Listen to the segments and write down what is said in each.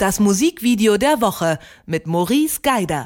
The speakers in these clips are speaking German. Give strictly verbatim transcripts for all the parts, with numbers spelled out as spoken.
Das Musikvideo der Woche mit Maurice Geider.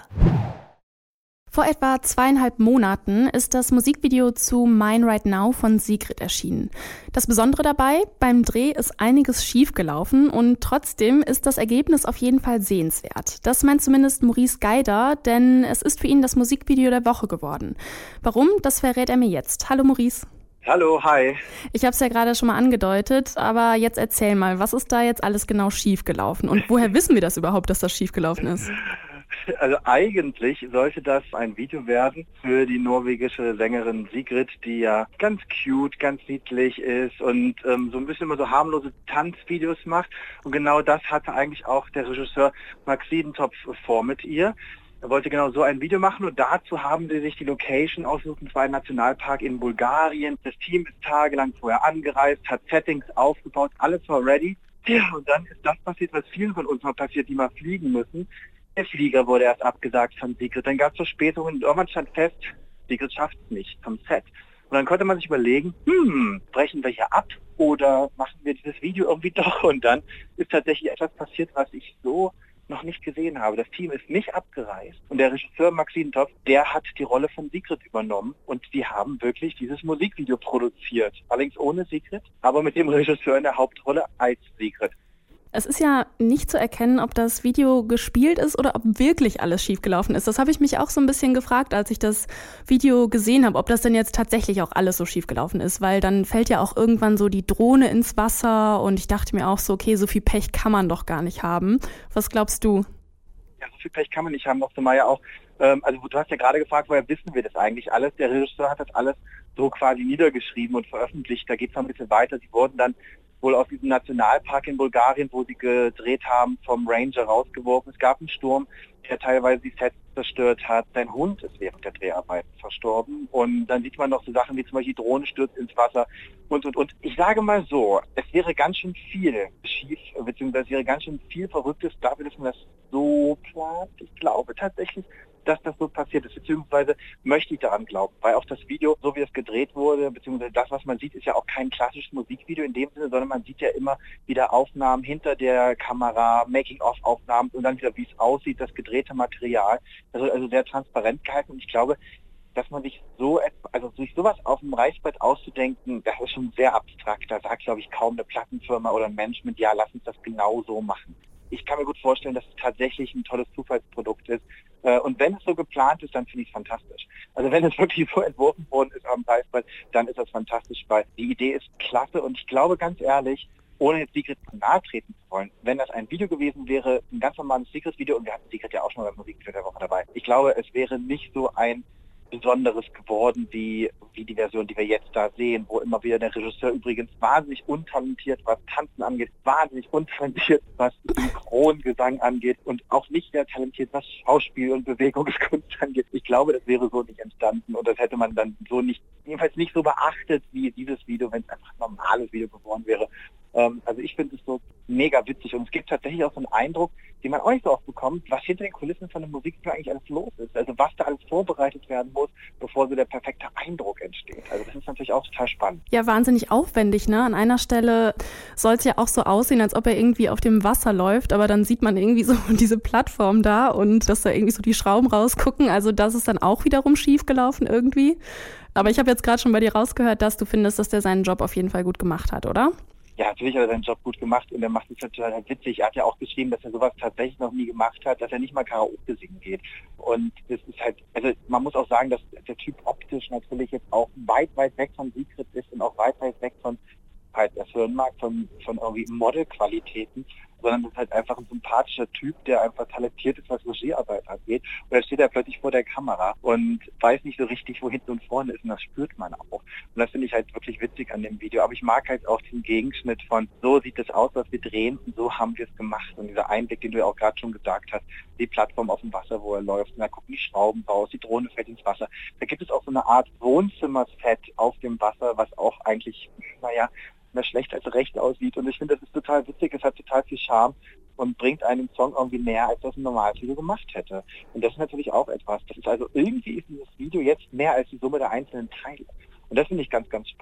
Vor etwa zweieinhalb Monaten ist das Musikvideo zu Mine Right Now von Sigrid erschienen. Das Besondere dabei, beim Dreh ist einiges schiefgelaufen und trotzdem ist das Ergebnis auf jeden Fall sehenswert. Das meint zumindest Maurice Geider, denn es ist für ihn das Musikvideo der Woche geworden. Warum, das verrät er mir jetzt. Hallo Maurice. Hallo, hi. Ich habe es ja gerade schon mal angedeutet, aber jetzt erzähl mal, was ist da jetzt alles genau schiefgelaufen und woher wissen wir das überhaupt, dass das schiefgelaufen ist? Also eigentlich sollte das ein Video werden für die norwegische Sängerin Sigrid, die ja ganz cute, ganz niedlich ist und ähm, so ein bisschen immer so harmlose Tanzvideos macht. Und genau das hatte eigentlich auch der Regisseur Max Siedentopf vor mit ihr. Er wollte genau so ein Video machen und dazu haben sie sich die Location ausgesucht, und zwar ein Nationalpark in Bulgarien. Das Team ist tagelang vorher angereist, hat Settings aufgebaut, alles war ready. Ja, und dann ist das passiert, was vielen von uns mal passiert, die mal fliegen müssen. Der Flieger wurde erst abgesagt von Sigrid, dann gab es Verspätungen und irgendwann stand fest, Sigrid schafft es nicht vom Set. Und dann konnte man sich überlegen, hm, brechen wir hier ab oder machen wir dieses Video irgendwie doch? Und dann ist tatsächlich etwas passiert, was ich so noch nicht gesehen habe. Das Team ist nicht abgereist. Und der Regisseur Max Siedentopf, der hat die Rolle von Sigrid übernommen und die haben wirklich dieses Musikvideo produziert. Allerdings ohne Sigrid, aber mit dem Regisseur in der Hauptrolle als Sigrid. Es ist ja nicht zu erkennen, ob das Video gespielt ist oder ob wirklich alles schiefgelaufen ist. Das habe ich mich auch so ein bisschen gefragt, als ich das Video gesehen habe, ob das denn jetzt tatsächlich auch alles so schiefgelaufen ist, weil dann fällt ja auch irgendwann so die Drohne ins Wasser und ich dachte mir auch so, okay, so viel Pech kann man doch gar nicht haben. Was glaubst du? Ja, so viel Pech kann man nicht haben, zumal ja auch, ähm, also du hast ja gerade gefragt, woher wissen wir das eigentlich alles? Der Regisseur hat das alles so quasi niedergeschrieben und veröffentlicht. Da geht es noch ein bisschen weiter. Sie wurden dann wohl aus diesem Nationalpark in Bulgarien, wo sie gedreht haben, vom Ranger rausgeworfen. Es gab einen Sturm, der teilweise die Sets zerstört hat. Sein Hund ist während der Dreharbeiten verstorben. Und dann sieht man noch so Sachen wie zum Beispiel die Drohne stürzt ins Wasser und, und, und. Ich sage mal so, es wäre ganz schön viel schief, beziehungsweise es wäre ganz schön viel Verrücktes dafür, dass man das so plant. Ich glaube tatsächlich, dass das so passiert ist, beziehungsweise möchte ich daran glauben, weil auch das Video, so wie es gedreht wurde, beziehungsweise das, was man sieht, ist ja auch kein klassisches Musikvideo in dem Sinne, sondern man sieht ja immer wieder Aufnahmen hinter der Kamera, Making-of-Aufnahmen und dann wieder, wie es aussieht, das gedrehte Material. Das wird also sehr transparent gehalten und ich glaube, dass man sich so, also sich sowas auf dem Reißbrett auszudenken, das ist schon sehr abstrakt. Da sagt, glaube ich, kaum eine Plattenfirma oder ein Management, ja, lass uns das genau so machen. Ich kann mir gut vorstellen, dass es tatsächlich ein tolles Zufallsprodukt ist. Und wenn es so geplant ist, dann finde ich es fantastisch. Also wenn es wirklich so entworfen worden ist am Reißbrett, dann ist das fantastisch, weil die Idee ist klasse. Und ich glaube ganz ehrlich, ohne jetzt Sigrid nahe treten zu wollen, wenn das ein Video gewesen wäre, ein ganz normales Sigrid-Video, und wir hatten Sigrid ja auch schon mal beim Musikvideo der Woche dabei, ich glaube, es wäre nicht so ein Besonderes geworden, wie, wie die Version, die wir jetzt da sehen, wo immer wieder der Regisseur übrigens wahnsinnig untalentiert, was Tanzen angeht, wahnsinnig untalentiert, was Synchrongesang angeht und auch nicht sehr talentiert, was Schauspiel und Bewegungskunst angeht. Ich glaube, das wäre so nicht entstanden und das hätte man dann so nicht, jedenfalls nicht so beachtet wie dieses Video, wenn es einfach ein normales Video geworden wäre. Ähm, also ich finde es so mega witzig und es gibt tatsächlich auch so einen Eindruck, den man auch nicht so oft bekommt, was hinter den Kulissen von einem Musikvideo eigentlich alles los ist. Also was da alles vorbereitet werden muss, bevor so der perfekte Eindruck entsteht. Also das ist natürlich auch total spannend. Ja, wahnsinnig aufwendig, ne? An einer Stelle soll es ja auch so aussehen, als ob er irgendwie auf dem Wasser läuft, aber dann sieht man irgendwie so diese Plattform da und dass da irgendwie so die Schrauben rausgucken. Also das ist dann auch wiederum schief gelaufen irgendwie. Aber ich habe jetzt gerade schon bei dir rausgehört, dass du findest, dass der seinen Job auf jeden Fall gut gemacht hat, oder? Ja, natürlich hat er seinen Job gut gemacht und er macht es total halt witzig. Er hat ja auch geschrieben, dass er sowas tatsächlich noch nie gemacht hat, dass er nicht mal Karaoke singen geht. Und das ist halt, also man muss auch sagen, dass der Typ optisch natürlich jetzt auch weit, weit weg von Sigrid ist und auch weit, weit weg von, halt das hören mag, von, von irgendwie Modelqualitäten, sondern das ist halt einfach ein sympathischer Typ, der einfach talentiert ist, was Regiearbeit angeht. Und dann steht er plötzlich vor der Kamera und weiß nicht so richtig, wo hinten und vorne ist und das spürt man auch. Und das finde ich halt wirklich witzig an dem Video. Aber ich mag halt auch den Gegenschnitt von, so sieht es aus, was wir drehen und so haben wir es gemacht. Und dieser Einblick, den du ja auch gerade schon gesagt hast, die Plattform auf dem Wasser, wo er läuft, und da gucken die Schrauben raus, die Drohne fällt ins Wasser. Da gibt es auch so eine Art Wohnzimmerset auf dem Wasser, was auch eigentlich, naja, mehr schlecht als recht aussieht. Und ich finde, das ist total witzig, es hat total viel Charme und bringt einen Song irgendwie näher, als das ein normales Video gemacht hätte. Und das ist natürlich auch etwas. Das ist also irgendwie ist dieses Video jetzt mehr als die Summe der einzelnen Teile. Und das finde ich ganz, ganz spannend.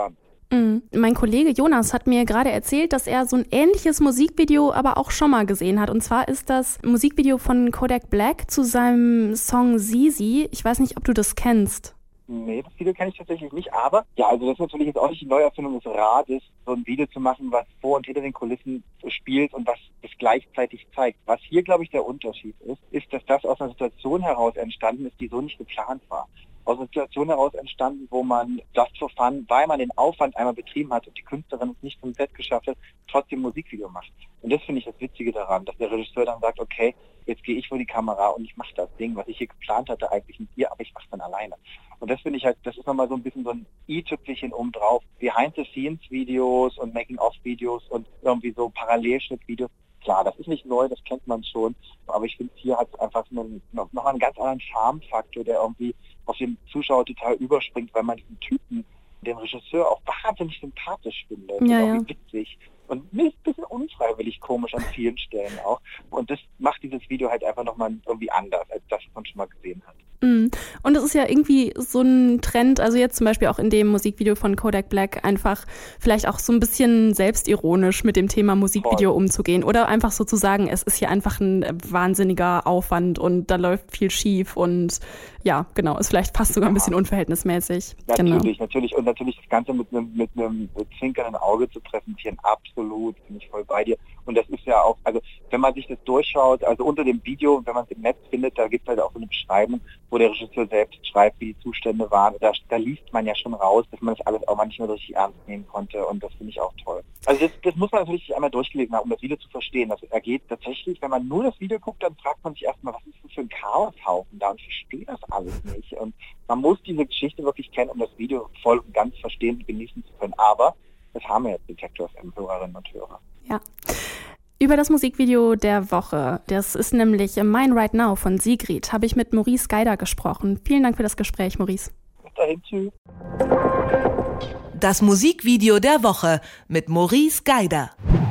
Mhm. Mein Kollege Jonas hat mir gerade erzählt, dass er so ein ähnliches Musikvideo aber auch schon mal gesehen hat. Und zwar ist das Musikvideo von Kodak Black zu seinem Song Zizi. Ich weiß nicht, ob du das kennst. Nee, das Video kenne ich tatsächlich nicht, aber ja, also das ist natürlich jetzt auch nicht die Neuerfindung des Rades, so ein Video zu machen, was vor und hinter den Kulissen spielt und was es gleichzeitig zeigt. Was hier, glaube ich, der Unterschied ist, ist, dass das aus einer Situation heraus entstanden ist, die so nicht geplant war. Aus einer Situation heraus entstanden, wo man just for fun, weil man den Aufwand einmal betrieben hat und die Künstlerin es nicht zum Set geschafft hat, trotzdem ein Musikvideo macht. Und das finde ich das Witzige daran, dass der Regisseur dann sagt, okay, jetzt gehe ich vor die Kamera und ich mache das Ding, was ich hier geplant hatte, eigentlich mit ihr, aber ich mache es dann alleine. Und das finde ich halt, das ist nochmal so ein bisschen so ein i-Tüpfelchen oben drauf. Behind-the-Scenes-Videos und Making-of-Videos und irgendwie so Parallelschnitt-Videos. Klar, das ist nicht neu, das kennt man schon, aber ich finde, hier hat es einfach einen, noch, noch einen ganz anderen Charmefaktor, der irgendwie auf den Zuschauer total überspringt, weil man diesen Typen, den Regisseur, auch wahnsinnig sympathisch findet. Ja, und ja. irgendwie witzig. Und ein bisschen unfreiwillig komisch an vielen Stellen auch. Und das macht dieses Video halt einfach nochmal irgendwie anders, als das, was man schon mal gesehen hat. Und es ist ja irgendwie so ein Trend, also jetzt zum Beispiel auch in dem Musikvideo von Kodak Black, einfach vielleicht auch so ein bisschen selbstironisch mit dem Thema Musikvideo Voll. umzugehen oder einfach so zu sagen, es ist hier einfach ein wahnsinniger Aufwand und da läuft viel schief und ja, genau, ist vielleicht fast sogar ein bisschen unverhältnismäßig. Natürlich, genau. natürlich und natürlich das Ganze mit einem mit einem zwinkernden Auge zu präsentieren, absolut, bin ich voll bei dir. Und das ist ja auch, also wenn man sich das durchschaut, also unter dem Video, wenn man es im Netz findet, da gibt es halt auch so eine Beschreibung, wo der Regisseur selbst schreibt, wie die Zustände waren. Da, da liest man ja schon raus, dass man das alles auch mal nicht mehr richtig ernst nehmen konnte und das finde ich auch toll. Also das, das muss man natürlich einmal durchgelesen haben, um das Video zu verstehen. Das ergeht tatsächlich, wenn man nur das Video guckt, dann fragt man sich erstmal, was ist das für ein Chaoshaufen da und ich verstehe das alles nicht. Und man muss diese Geschichte wirklich kennen, um das Video voll und ganz verstehen und genießen zu können. Aber das haben wir jetzt Detektor F M Hörerinnen und Hörer. Ja. Über das Musikvideo der Woche, das ist nämlich Mine Right Now von Sigrid, habe ich mit Maurice Geider gesprochen. Vielen Dank für das Gespräch, Maurice. Bis dahin, tschüss. Das Musikvideo der Woche mit Maurice Geider.